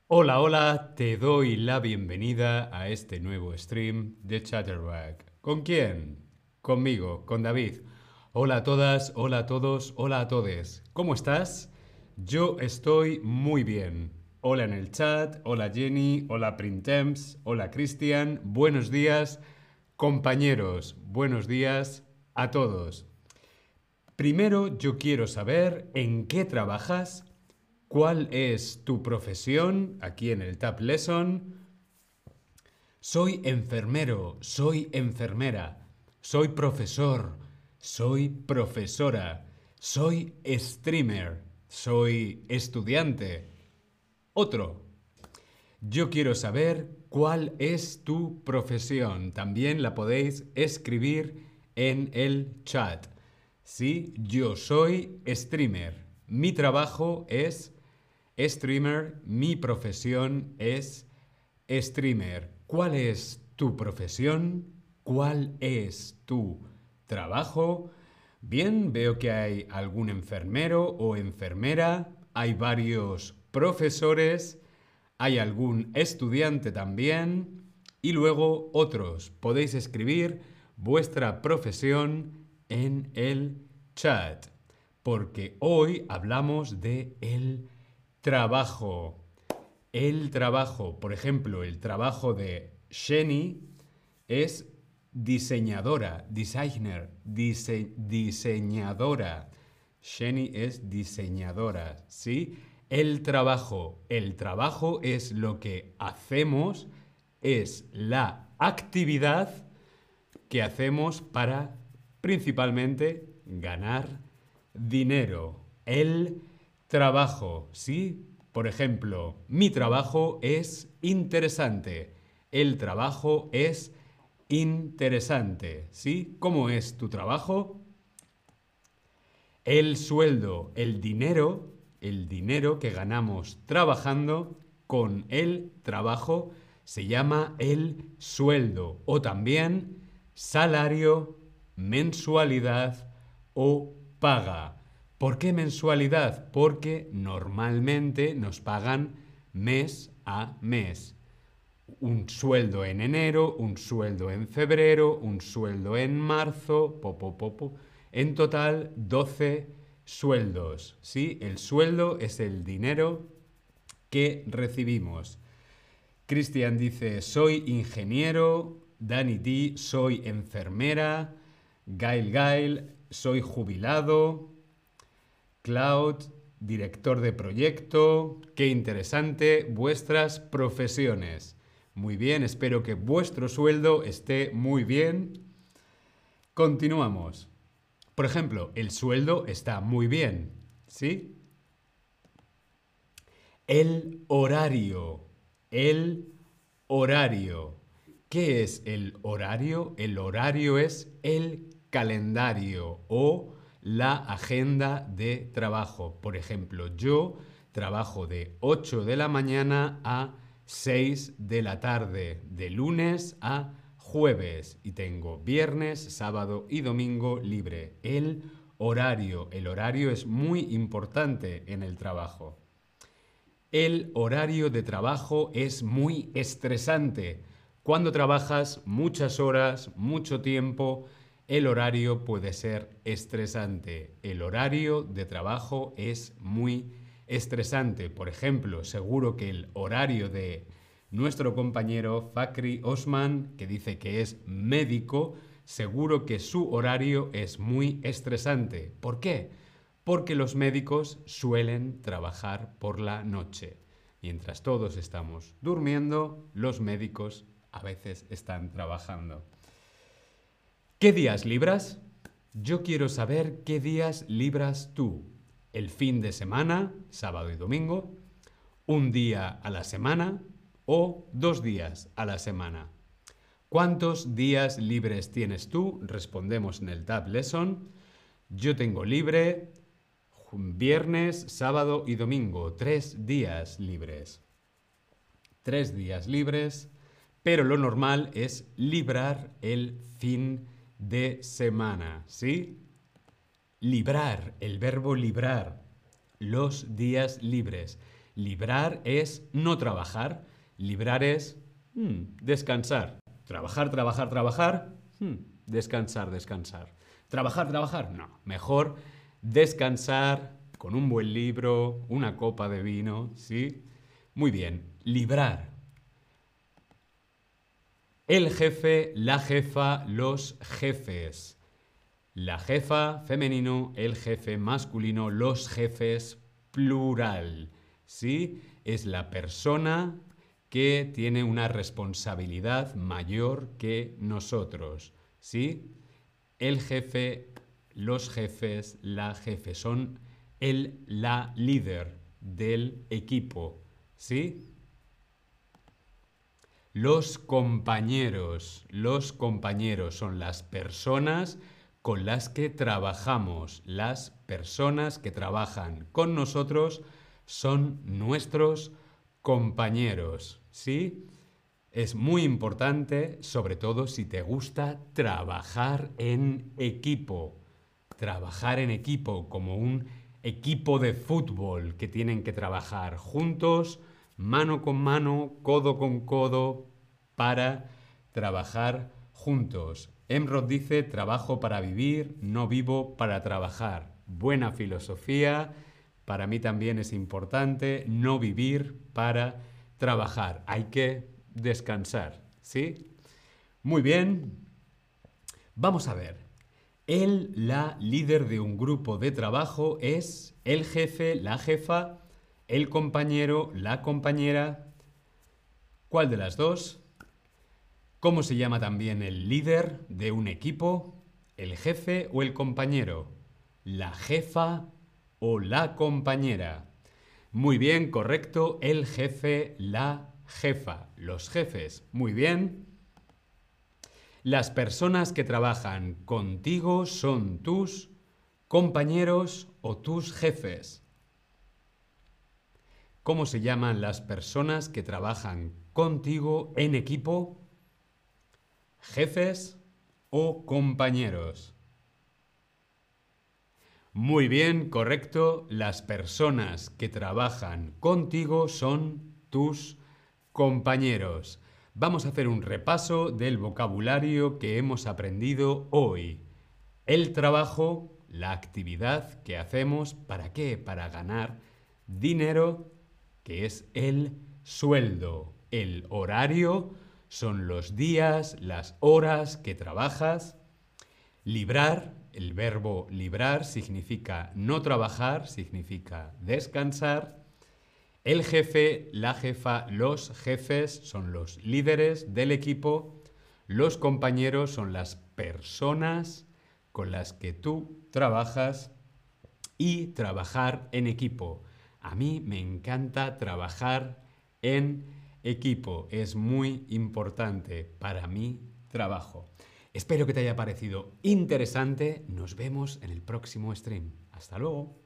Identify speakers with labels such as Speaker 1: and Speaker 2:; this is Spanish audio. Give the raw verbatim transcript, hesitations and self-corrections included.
Speaker 1: Hola, hola, te doy la bienvenida a este nuevo stream de Chatterback. ¿Con quién? Conmigo, con David. Hola a todas, hola a todos, hola a todes. ¿Cómo estás? Yo estoy muy bien. Hola en el chat, hola Jenny, hola Printemps, hola Cristian, buenos días, compañeros, buenos días a todos. Primero yo quiero saber en qué trabajas. ¿Cuál es tu profesión? Aquí en el Tab Lesson. Soy enfermero, soy enfermera, soy profesor, soy profesora, soy streamer, soy estudiante. Otro. Yo quiero saber cuál es tu profesión. También la podéis escribir en el chat. Sí, yo soy streamer. Mi trabajo es streamer. Mi profesión es streamer. ¿Cuál es tu profesión? ¿Cuál es tu trabajo? Bien, veo que hay algún enfermero o enfermera, hay varios profesores, hay algún estudiante también y luego otros. Podéis escribir vuestra profesión en el chat, porque hoy hablamos de el trabajo. El trabajo, por ejemplo, el trabajo de Jenny es diseñadora, designer, dise- diseñadora. Jenny es diseñadora, ¿sí? El trabajo, el trabajo es lo que hacemos, es la actividad que hacemos para principalmente ganar dinero. El trabajo, ¿sí? Por ejemplo, mi trabajo es interesante. El trabajo es interesante, ¿sí? ¿Cómo es tu trabajo? El sueldo, el dinero, el dinero que ganamos trabajando con el trabajo se llama el sueldo o también salario, mensualidad o paga. ¿Por qué mensualidad? Porque normalmente nos pagan mes a mes. Un sueldo en enero, un sueldo en febrero, un sueldo en marzo, po, po, po, po. En total, doce sueldos. ¿Sí? El sueldo es el dinero que recibimos. Cristian dice, soy ingeniero. Dani D, soy enfermera. Gail Gail, soy jubilado. Cloud, director de proyecto. Qué interesante vuestras profesiones. Muy bien, espero que vuestro sueldo esté muy bien. Continuamos. Por ejemplo, el sueldo está muy bien, ¿sí? El horario. El horario. ¿Qué es el horario? El horario es el calendario o la agenda de trabajo. Por ejemplo, yo trabajo de ocho de la mañana a seis de la tarde, de lunes a jueves, y tengo viernes, sábado y domingo libre. El horario. El horario es muy importante en el trabajo. El horario de trabajo es muy estresante. Cuando trabajas muchas horas, mucho tiempo, el horario puede ser estresante. El horario de trabajo es muy estresante. Por ejemplo, seguro que el horario de nuestro compañero Fakri Osman, que dice que es médico, seguro que su horario es muy estresante. ¿Por qué? Porque los médicos suelen trabajar por la noche. Mientras todos estamos durmiendo, los médicos a veces están trabajando. ¿Qué días libras? Yo quiero saber qué días libras tú. ¿El fin de semana, sábado y domingo? ¿Un día a la semana? ¿O dos días a la semana? ¿Cuántos días libres tienes tú? Respondemos en el Tab Lesson. Yo tengo libre viernes, sábado y domingo. Tres días libres. Tres días libres. Pero lo normal es librar el fin de semana. ¿Sí? Librar, el verbo librar. Los días libres. Librar es no trabajar. Librar es hmm, descansar. Trabajar, trabajar, trabajar. Hmm, descansar, descansar. Trabajar, trabajar. No, mejor descansar con un buen libro, una copa de vino, ¿sí? Muy bien. Librar. El jefe, la jefa, los jefes. La jefa, femenino, el jefe, masculino, los jefes, plural. ¿Sí? Es la persona que tiene una responsabilidad mayor que nosotros. ¿Sí? El jefe, los jefes, la jefe. Son el, la líder del equipo. ¿Sí? Los compañeros. Los compañeros son las personas con las que trabajamos. Las personas que trabajan con nosotros son nuestros compañeros. ¿Sí? Es muy importante, sobre todo si te gusta trabajar en equipo. Trabajar en equipo como un equipo de fútbol que tienen que trabajar juntos, mano con mano, codo con codo, para trabajar juntos. Emrod dice, trabajo para vivir, no vivo para trabajar. Buena filosofía, para mí también es importante no vivir para trabajar. Hay que descansar, ¿sí? Muy bien. Vamos a ver. El, la líder de un grupo de trabajo es el jefe, la jefa, el compañero, la compañera. ¿Cuál de las dos? ¿Cómo se llama también el líder de un equipo? ¿El jefe o el compañero? ¿La jefa o la compañera? Muy bien, correcto. El jefe, la jefa. Los jefes. Muy bien. Las personas que trabajan contigo son tus compañeros o tus jefes. ¿Cómo se llaman las personas que trabajan contigo en equipo? ¿Jefes o compañeros? Muy bien, correcto. Las personas que trabajan contigo son tus compañeros. Vamos a hacer un repaso del vocabulario que hemos aprendido hoy. El trabajo, la actividad que hacemos, ¿para qué? Para ganar dinero, que es el sueldo. El horario son los días, las horas que trabajas. Librar, el verbo librar significa no trabajar, significa descansar. El jefe, la jefa, los jefes son los líderes del equipo. Los compañeros son las personas con las que tú trabajas. Y trabajar en equipo. A mí me encanta trabajar en equipo. Es muy importante para mi trabajo. Espero que te haya parecido interesante. Nos vemos en el próximo stream. Hasta luego.